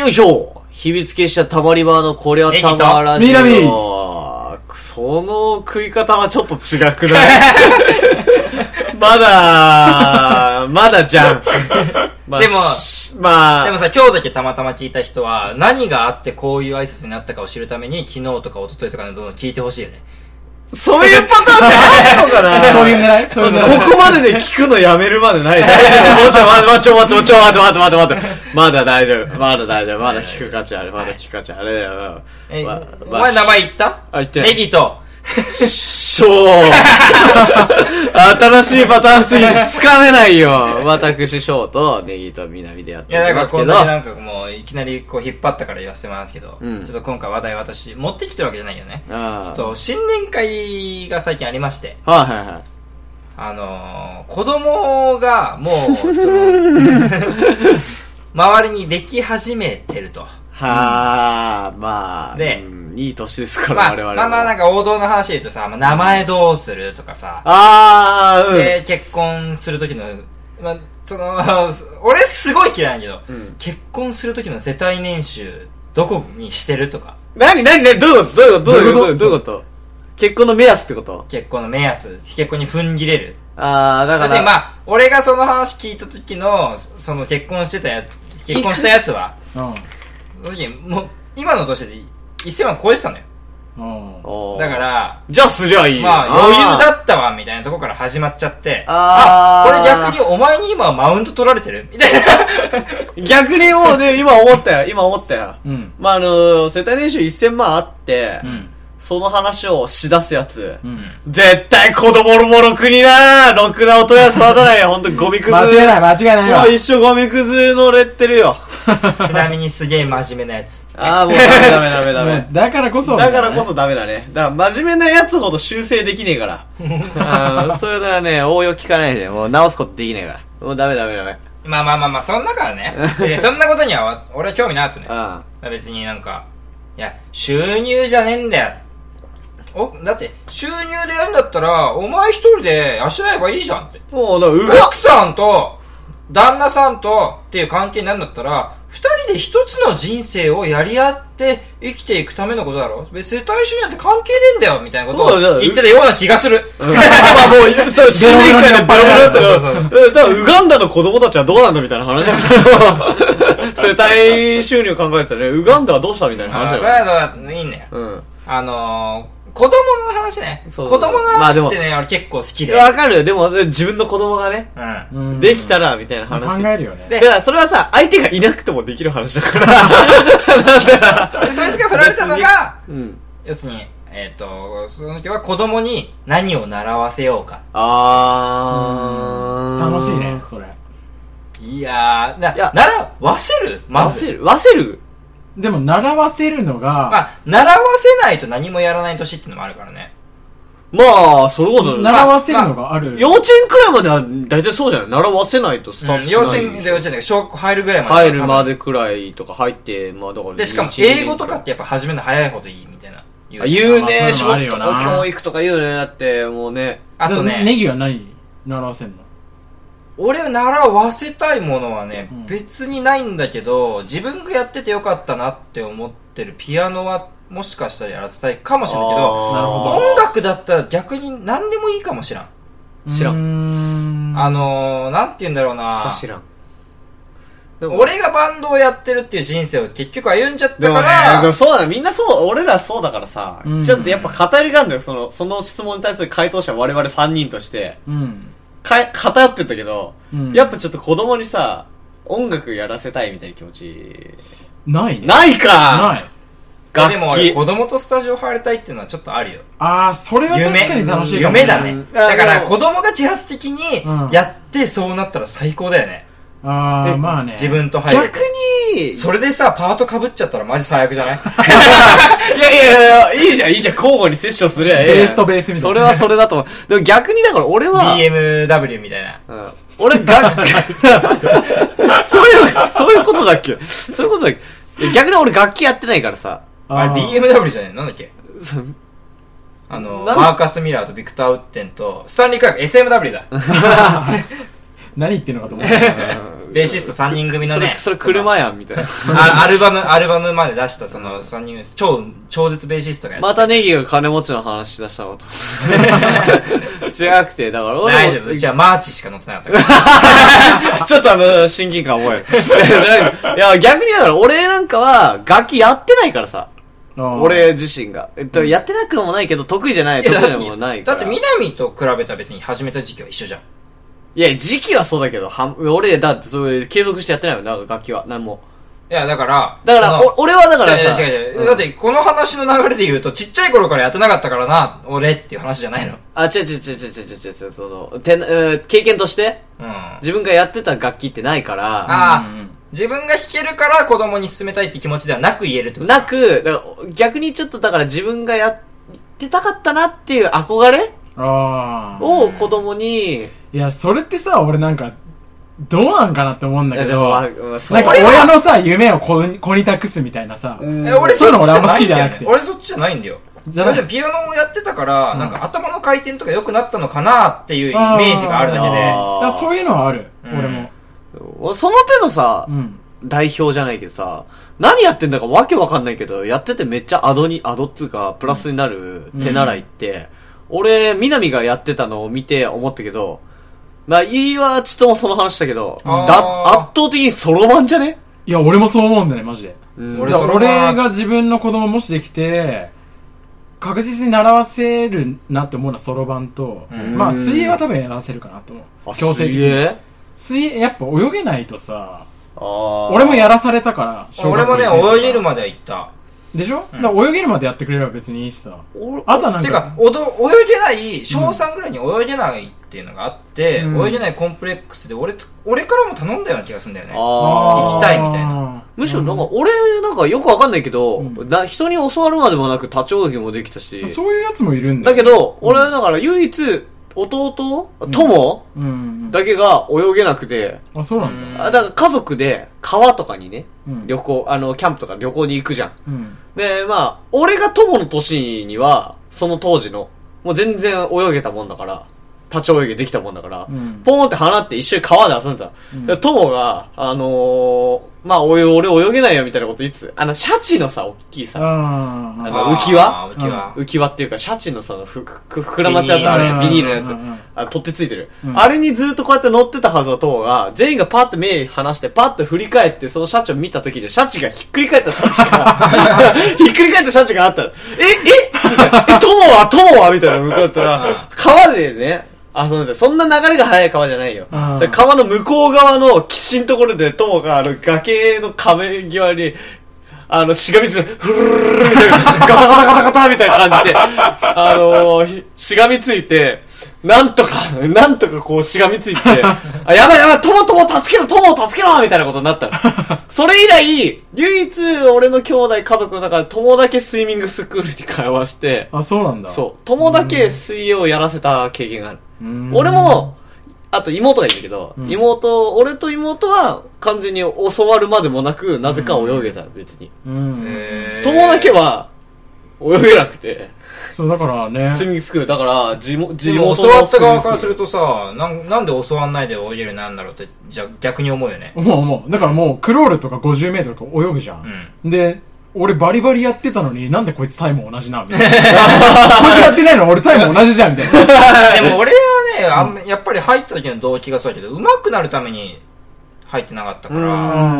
よいしょ、秘密結社たまり場のこりゃたまラジオ。その食い方はちょっと違くないまだじゃん。まあ、 でもさ、今日だけたまたま聞いた人は、何があってこういう挨拶になったかを知るために、昨日とか一昨日とかの部分を聞いてほしいよね。 そういうパターンってあるのかなそういう狙いそういう狙い。 ここまでで聞くのやめるまでない。大丈夫。もうちょい待って。まだ大丈夫。まだ聞く価値ある。まだ聞く価値ある。あれだよ。 お前名前言った？ 言ってない。 ネギと。 新しいパターンすぎてつかめないよ。私、翔とネギと南でやってますけど。 いや、だからこんだけなんかもう、いきなりこう引っ張ったから言わせてもらうんですけど、ちょっと今回話題私、持ってきてるわけじゃないよね。ちょっと、新年会が最近ありまして。子供がもう、周りにでき始めてると。 まあ、で、いい年ですから、我々は。 なんか王道の話で言うとさ、名前どうするとかさ、結婚するときの、俺すごい嫌いなんだけど、結婚するときの世帯年収、どこにしてるとか。 どういうこと結婚の目安ってこと？ 結婚の目安。結婚に踏ん切れる。 だから。 まあ、俺がその話聞いた時の、その結婚したやつは、その時もう、今の年で1000万超えてたのよ。だから、 じゃあすりゃいいよ。 まあ、余裕だったわ、みたいなとこから始まっちゃって、これ逆にお前に今マウント取られてるみたいな。 逆にもうね、今思ったよ。まあ、世帯年収1000万あって、その話をしだすやつ。絶対子供もろくになろくな大人は育たないよ。ほんとゴミくず。 間違いないよ。 もう一生ゴミくずのレッテルよ。 ちなみにすげえ真面目なやつ。 もうダメ。 だからこそダメだね。だから真面目なやつほど修正できねえから。そういうのはね、応用聞かないで、もう直すことできねえから。もうダメ。 まあ、そんなからね。そんなことには、俺は興味なかったね。別になんか、いや、収入じゃねえんだよ。だって、収入でやるんだったら、お前一人で養えばいいじゃんって。奥さんと、旦那さんとっていう関係になるんだったら、二人で一つの人生をやり合って生きていくためのことだろ。別に世帯収入なんて関係ねえんだよみたいなことを言ってたような気がする。 まあもう、そう、新年会でバラバラだったから、だからウガンダの子供たちはどうなんだみたいな話だけど、世帯収入考えてたらね、ウガンダはどうしたみたいな話だよ。 それはいいんだよ。子供の話ね。子供の話ってね、俺結構好きで。 わかるよ。でも、自分の子供がね、できたら、みたいな話。 考えるよね。 だから、それはさ、相手がいなくてもできる話だから。 そいつが振られたのが、要するに、その時は子供に何を習わせようか。 楽しいね、それ。 いやー、習わせる？まず。 わせる？ でも、習わせるのが、 習わせないと何もやらない年ってのもあるからね。 まあ、それこそ。 習わせるのがある。 幼稚園くらいまでは大体そうじゃない？習わせないとスタートしない。 幼稚園で小学校入るぐらいまで。 入るまでくらいとか入って、まあだから。 で、しかも英語とかってやっぱ始めるの早いほどいいみたいな。 言うね、ショット教育とか言うね。だって、もうね。 あとね。ネギは何習わせんの？ 俺は習わせたいものはね、別にないんだけど、自分がやっててよかったなって思ってるピアノはもしかしたらやらせたいかもしれないけど、音楽だったら逆に何でもいいかもしらん。 知らん。 なんて言うんだろうな。 知らん。 俺がバンドをやってるっていう人生を結局歩んじゃったから。 でもそうだ、みんなそう、俺らそうだからさ、ちょっとやっぱ語りがあるんだよ、その質問に対する回答者我々3人として。偏ってたけど、やっぱちょっと子供にさ、音楽やらせたいみたいな気持ち。 ないね。 ないかない。 でも俺子供とスタジオ入りたいっていうのはちょっとあるよ。 それは確かに楽しいかも。 夢だね。だから子供が自発的にやってそうなったら最高だよね。 まあね。 自分と入る。 逆に、 それでさ、パート被っちゃったらマジ最悪じゃない？ いや、いいじゃん、交互にセッションするやん。 ベースとベースみたいな。 それはそれだと思う。でも逆にだから俺は、 BMW みたいな。 俺そういうことだっけ？そういうことだっけ？逆に俺楽器やってないからさ。 あれ BMW じゃねえなんだっけ？マーカス・ミラーとビクター・ウッテンと、スタンリー・クラーク SMW だ。 何言ってんのかと思っベーシスト3人組のね。 それ車やん、みたいな。 アルバムまで出したその3人組、超絶ベーシストがやって。 またネギが金持ちの話し出したのと。違くて、だから大丈夫。うちはマーチしか乗ってなかったから。 ちょっと親近感覚える。いや、逆にだから俺なんかは楽器やってないからさ。俺自身が。やってなくもないけど、得意じゃない、得意なもないから。 だって南と比べたら別に始めた時期は一緒じゃん。 いや、時期はそうだけど、俺、だってそれ継続してやってないよ、なんか楽器は。なんも。 いや、だから、 俺はだからさ。 違う。だって、この話の流れで言うと、ちっちゃい頃からやってなかったからな、俺っていう話じゃないの。 違う、経験として、自分がやってた楽器ってないから、 自分が弾けるから子供に勧めたいって気持ちではなく言えるってことなく、だから逆にちょっとだから自分がやってたかったなっていう憧れを子供に。 いや、それってさ、俺なんか、どうなんかなって思うんだけど、なんか親のさ、夢を子に託すみたいなさ、 俺そういうの俺あんま好きじゃなくて。 俺そっちじゃないんだよ。ピアノをやってたから、なんか頭の回転とか良くなったのかなっていうイメージがあるだけで。 そういうのはある、俺も。 その手のさ、代表じゃないけどさ、何やってんだかわけわかんないけど、やっててめっちゃアドっつうか、プラスになる手習いって、俺、南がやってたのを見て思ったけど、いいわ、ちょっともその話だけど、圧倒的にソロ版じゃね？ いや、俺もそう思うんだね、マジで。俺が自分の子供もしできて、確実に習わせるなって思うのはソロ版と、まあ、水泳は多分やらせるかなと思う。強制的に。水泳、やっぱ泳げないとさ、俺もやらされたから、 俺もね、泳げるまでは行った。 でしょ？だから泳げるまでやってくれれば別にいいしさ。あとはなんか。 てか、泳げない、小3ぐらいに泳げないっていうのがあって、泳げないコンプレックスで俺からも頼んだような気がするんだよね。行きたいみたいな。 むしろなんか俺なんかよくわかんないけど、人に教わるまでもなく立ち泳ぎもできたし。 そういうやつもいるんだよ。だけど、俺はだから唯一、弟友だけが泳げなくて。 あ、そうなんだ。 だから家族で川とかにね、旅行、キャンプとか旅行に行くじゃん。で、まあ、俺が友の年には、その当時の、もう全然泳げたもんだから、立ち泳ぎできたもんだから、ポーンって放って一緒に川で遊んでた。友が、まあ、俺泳げないよみたいなこと言ってた。シャチのさ、大きいさ、浮き輪っていうか、シャチのさ、膨らますやつあるじゃん、ビニールのやつ。取ってついてる。あれにずっとこうやって乗ってたはずの友が、全員がパッて目離して、パッて振り返って、そのシャチを見た時で、シャチがひっくり返ったシャチが、ひっくり返ったシャチがあったら、友はみたいな向こうだったら、川でね、遊んでて、そんな流れが速い川じゃないよ。それ川の向こう側の岸のところで、友が崖の壁際に、しがみついて、ふるるるみたいな、ガタガタガタガタみたいな感じで、しがみついて、なんとかこうしがみついて、やばい、友助けろみたいなことになったの。それ以来、唯一俺の兄弟家族の中で友だけスイミングスクールに通わして、 あ、そうなんだ。 そう。友だけ水泳をやらせた経験がある。俺も、あと妹がいるけど、俺と妹は完全に教わるまでもなく、なぜか泳げた、別に。友だけは泳げなくて。 そう、だからね。 スイミングスクール、だから、地元の教わった側からするとさ、なんで教わんないで泳げるようになるんだろうって、じゃあ逆に思うよね。 思う。だからもう、クロールとか50メートルとか泳ぐじゃん。で、俺バリバリやってたのに、なんでこいつタイム同じなみたいな。こいつやってないの俺タイム同じじゃんみたいな。でも俺はね、やっぱり入った時の動機がそうだけど、上手くなるために入ってなかったから、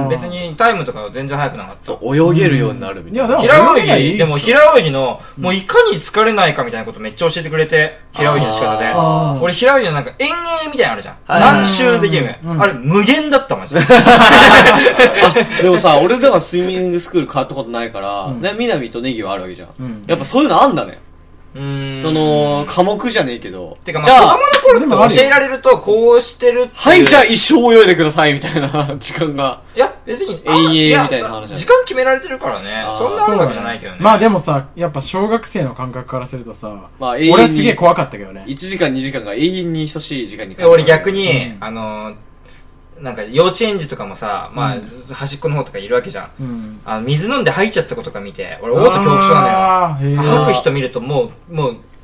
別にタイムとかは全然速くなかった。 そう、泳げるようになるみたいな。 でも平泳ぎの、もういかに疲れないかみたいなことめっちゃ教えてくれて、平泳ぎの仕方で。俺平泳ぎのなんか遠泳みたいなのあるじゃん。何周できるのあれ無限だったマジで。 でもさ、俺だからスイミングスクール通ったことないから、ね、南とネギはあるわけじゃん。やっぱそういうのあんだね。その、科目じゃねえけど。 てかまあ、子供の頃って教えられると、こうしてるって。 はい、じゃあ一生泳いでください、みたいな時間が。 いや、別に、 遠泳みたいな話。 時間決められてるからね。そんなあるわけじゃないけどね。 まあでもさ、やっぱ小学生の感覚からするとさ、俺はすげえ怖かったけどね。 1時間2時間が永遠に等しい時間に。 俺逆に、なんか幼稚園児とかもさ、まあ、端っこの方とかいるわけじゃん。水飲んで吐いちゃった子とか見て、俺、嘔吐恐怖症なのよ。吐く人見るともう、なんか、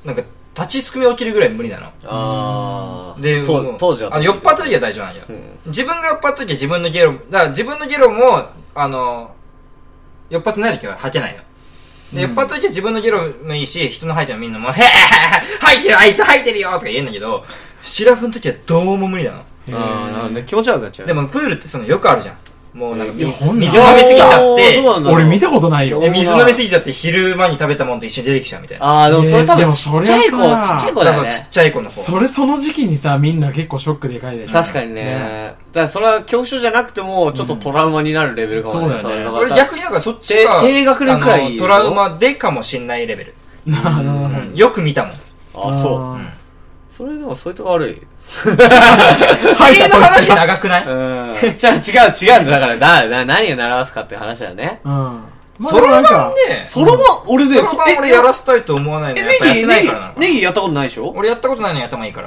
立ちすくみ起きるぐらい無理なの。で、 当時は。 酔っ払った時は大丈夫なんよ。自分が酔っ払った時は自分のゲロ、だから自分のゲロも、酔っ払ってない時は吐けないの。で、酔っ払った時は自分のゲロもいいし、人の吐いてるのみんなも、へー吐いてるあいつ吐いてるよとか言えんだけど、シラフの時はどうも無理なの。 気持ち悪くなっちゃう。 でもプールってよくあるじゃん。もうなんか水飲みすぎちゃって、 俺見たことないよ。 水飲みすぎちゃって昼間に食べたものと一緒に出てきちゃうみたいな。 でもそれ多分ちっちゃい子だよね。 ちっちゃい子の方。 その時期にさ、みんな結構ショックでかいでしょ。 確かにね。だからそれは恐怖症じゃなくても、ちょっとトラウマになるレベルかもね。 そうだよね。 俺逆になんかそっちが、 低学年くらい。 トラウマでかもしんないレベル。よく見たもん。 そう。それでもそういうとこ悪い。 水泳の話長くない？ じゃあ違うんだ。だから何を習わすかって話だよね。 そろばんね。 そろばん俺で。 そろばん俺やらせたいと思わないの。やっぱやってないからな。 ネギやったことないでしょ？ 俺やったことないのに頭いいから。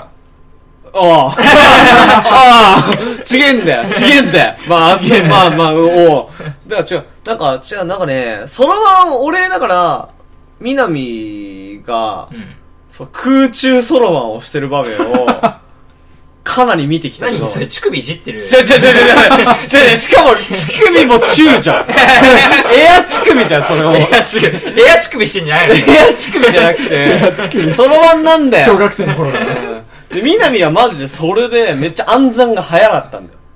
ちげんだよ。まあ、だからなんかね、そろばん、俺、だから、南が、空中そろばんをしてる場面を、かなり見てきたけど。 何それ、乳首いじってる？ しかも、乳首も中じゃん。エア乳首じゃん、それも。 エア乳首してんじゃないの？ エア乳首じゃなくて、そろばんなんだよ。 小学生の頃だね。 で、南はマジでそれでめっちゃ暗算が早かったんだよ。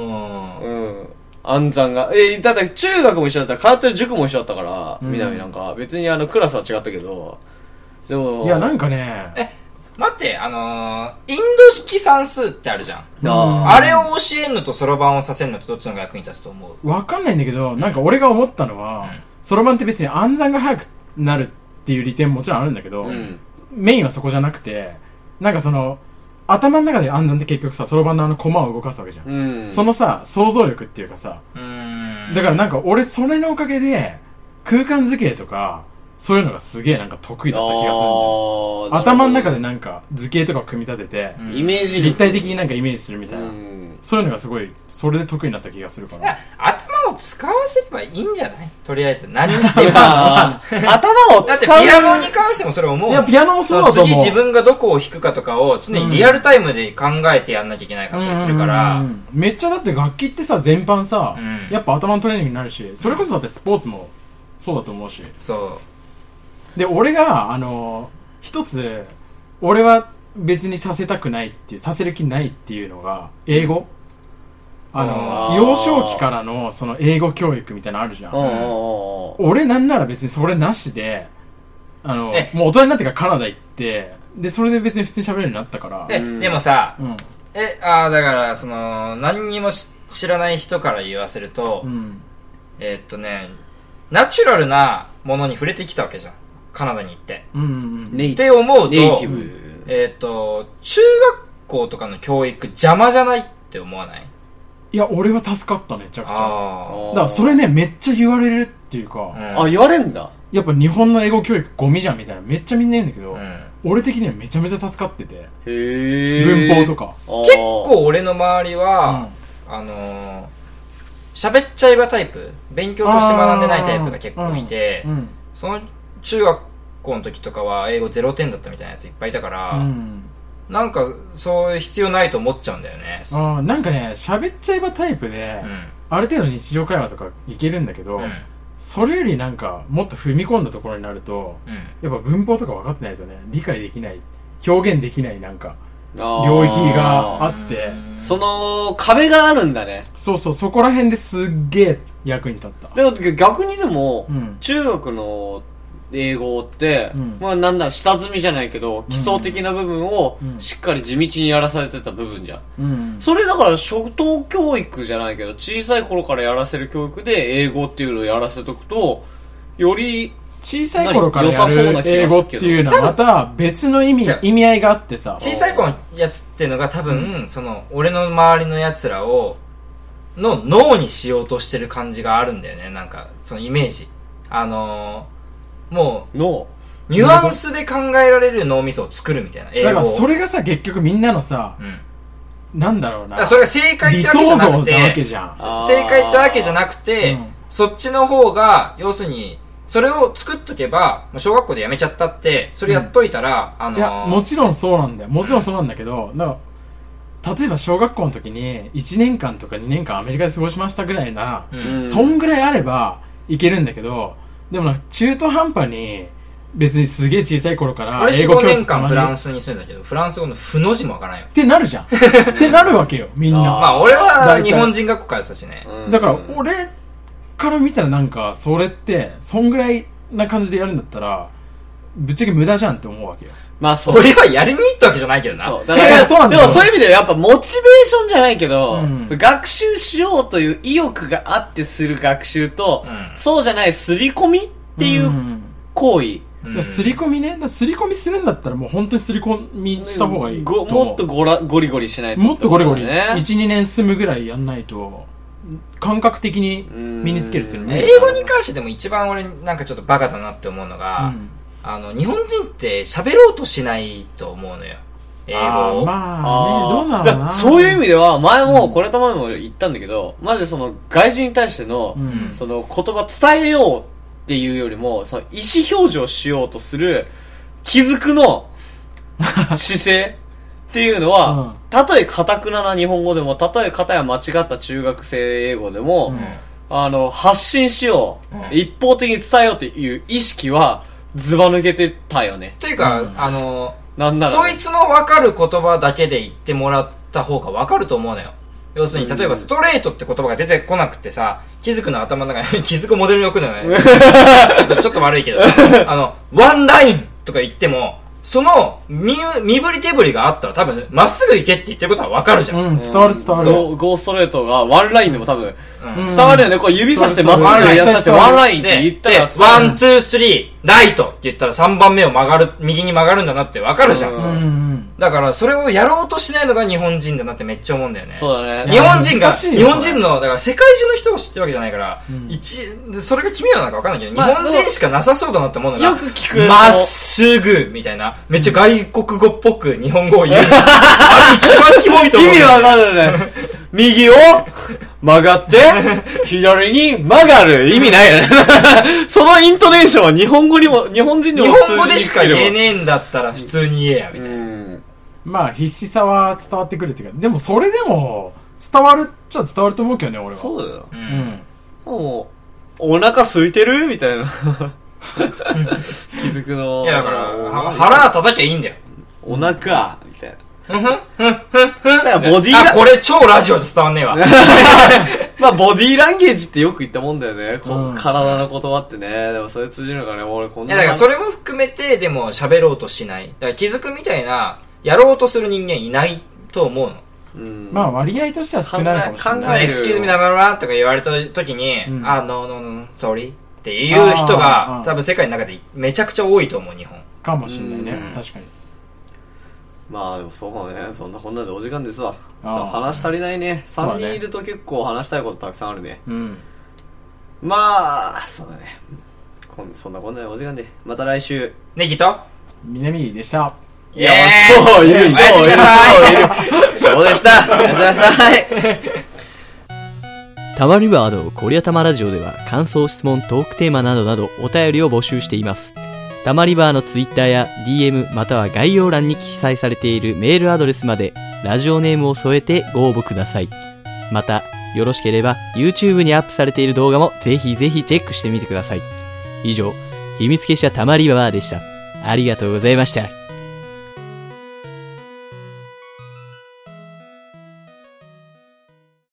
暗算が。だって中学も一緒だったら、通ってる塾も一緒だったから、南なんか、別にクラスは違ったけど、でも。 いや、なんかね。 待って、インド式算数ってあるじゃん。あれを教えんのとそろばんをさせんのとどっちの方が役に立つと思う？ わかんないんだけど、なんか俺が思ったのは、そろばんって別に暗算が早くなるっていう利点ももちろんあるんだけど、メインはそこじゃなくて、なんか頭の中で暗算って結局さ、そろばんの駒を動かすわけじゃん。そのさ、想像力っていうかさ、だからなんか俺それのおかげで、空間図形とか、そういうのがすげえなんか得意だった気がするんだよ。頭の中でなんか図形とか組み立てて、 イメージ立体的になんかイメージするみたいな。そういうのがすごい、それで得意になった気がするから。 いや、頭を使わせればいいんじゃない？とりあえず。何にしても。 頭を使う。 だってピアノに関してもそれ思う。 いや、ピアノもそうだと思う。 次自分がどこを弾くかとかを常にリアルタイムで考えてやんなきゃいけないかったりするから。 めっちゃだって楽器ってさ、全般さ、やっぱ頭のトレーニングになるし、それこそだってスポーツもそうだと思うし。 そう。 で、俺が、一つ、俺は別にさせたくないっていう、させる気ないっていうのが、英語。幼少期からの、その英語教育みたいなのあるじゃん。俺なんなら別にそれなしで、もう大人になってからカナダ行って、で、それで別に普通に喋れるようになったから。 でもさ、だから、何にも知らない人から言わせると、ナチュラルなものに触れてきたわけじゃん。カナダに行って。って思うと、 ネイティブ。 中学校とかの教育邪魔じゃないって思わない？ いや、俺は助かった、めちゃくちゃ。だから、それね、めっちゃ言われるっていうか。 言われんだ。 やっぱ日本の英語教育ゴミじゃんみたいな、めっちゃみんな言うんだけど、俺的にはめちゃめちゃ助かってて。文法とか。 結構俺の周りは、喋っちゃえばタイプ、勉強として学んでないタイプが結構いて、その中学校の時とかは英語0点だったみたいなやついっぱいいたから、なんかそういう必要ないと思っちゃうんだよね。 なんかね、喋っちゃえばタイプで、ある程度日常会話とかいけるんだけど、それよりなんかもっと踏み込んだところになると、やっぱ文法とか分かってないとね、理解できない、表現できないなんか領域があって、 その壁があるんだね。 そうそう、そこら辺ですっげえ役に立った。 でも逆にでも、中学の英語って、まあなんだ、下積みじゃないけど、基礎的な部分をしっかり地道にやらされてた部分じゃん。それだから初等教育じゃないけど、小さい頃からやらせる教育で英語っていうのをやらせとくと、より小さい頃からやる英語っていうのはまた別の意味合いがあってさ。 小さい頃のやつっていうのが多分、俺の周りのやつらを、の脳にしようとしてる感じがあるんだよね。なんか、そのイメージ。もう、ニュアンスで考えられる脳みそを作るみたいな。英語を。 だからそれがさ、結局みんなのさ、なんだろうな。 それが正解ってわけじゃなくて、 理想像なわけじゃん。 正解ってわけじゃなくて、そっちの方が、要するに、 それを作っとけば、小学校でやめちゃったって、それやっといたら、 いや、もちろんそうなんだよ。もちろんそうなんだけど、例えば小学校の時に1年間とか2年間アメリカで過ごしましたぐらいな、そんぐらいあればいけるんだけど、でも中途半端に別にすげえ小さい頃から英語教室、俺4、5年間フランスに住んだけど、フランス語の負の字もわからんよってなるじゃんってなるわけよ、みんな。 まあ俺は日本人学校通ってたしね。 だから俺から見たらなんかそれってそんぐらいな感じでやるんだったらぶっちゃけ無駄じゃんって思うわけよ。 まあ俺はやりに行ったわけじゃないけどな。 そう。だからでもそういう意味ではやっぱモチベーションじゃないけど、学習しようという意欲があってする学習と、そうじゃない刷り込みっていう行為。 刷り込みね。刷り込みするんだったらもう本当に刷り込みした方がいい。 もっとゴリゴリしないと。 もっとゴリゴリ。1、2年住むぐらいやんないと、感覚的に身につけるっていうのね。 英語に関してでも一番俺なんかちょっとバカだなって思うのが、日本人って喋ろうとしないと思うのよ。英語を。 まあね、どうなのかな。 そういう意味では、前もこれたまにも言ったんだけど、マジでその外人に対しての、その言葉伝えようっていうよりも、その意思表示をしようとする気づくの姿勢っていうのは、たとえ堅くなな日本語でも、たとえ片や間違った中学生英語でも、発信しよう、一方的に伝えようっていう意識は、ズバ抜けてたよね。 っていうか、なんなら、そいつの分かる言葉だけで言ってもらった方が分かると思うのよ。要するに、例えばストレートって言葉が出てこなくてさ、気づくの頭の中に、気づくモデルに置くのよね。ちょっと悪いけどさ、ワンラインとか言っても、その身振り手振りがあったら多分まっすぐ行けって言ってることは分かるじゃん。 伝わる。そう、 ゴーストレートがワンラインでも多分、伝わるよね。これ指さしてまっすぐやさせてワンラインって言ったら、 ワン、ツー、スリー、ライトって言ったら3番目を右に曲がるんだなって分かるじゃん。だからそれをやろうとしないのが日本人だなってめっちゃ思うんだよね。 そうだね。 日本人の、だから世界中の人を知ってるわけじゃないから、それが奇妙なのか分かんないけど、日本人しかなさそうだなって思うのが、 よく聞く。 まっすぐみたいな、めっちゃ外国語っぽく日本語を言う。あれ一番キモいと思う。 意味わかんないね。右を曲がって、左に曲がる。意味ないよね。そのイントネーションは日本人にも日本語でしか言えねえんだったら普通に言えや、みたいな。 まあ必死さは伝わってくるっていうか、でもそれでも伝わるっちゃ伝わると思うけどね、俺は。 そうだよ。もう、お腹空いてるみたいな。気づくの。 いやだから、腹叩きゃいいんだよ。 お腹、みたいな。だからボディこれ超ラジオで伝わんねえわ。 まあボディーランゲージってよく言ったもんだよね。体の言葉ってね。でもそれ通じるのかね、俺こんな。 いやだからそれも含めて、でも喋ろうとしない。だから気づくみたいな、やろうとする人間いないと思うの。 まあ割合としては少ないかもしれない。 エクスキューズミナバラとか言われた時に、no, sorry っていう人が多分世界の中でめちゃくちゃ多いと思う、日本。 かもしれないね、確かに。 まあでもそうかもね。そんなこんなんでお時間ですわ。じゃあ話足りないね。3人いると結構話したいことたくさんあるね。まあ、そうだね。そんなこんなでお時間で。また来週。 ネギと南でした。 いや、そういる、そういる。そうでした。おやすみなさい。 たまりバードコリアタマラジオでは感想、質問、トークテーマなどなどお便りを募集しています。たまりバーのツイッターや DM または概要欄に記載されているメールアドレスまでラジオネームを添えてご応募ください。また、よろしければ YouTube にアップされている動画もぜひぜひチェックしてみてください。以上、秘密結社たまりバーでした。ありがとうございました。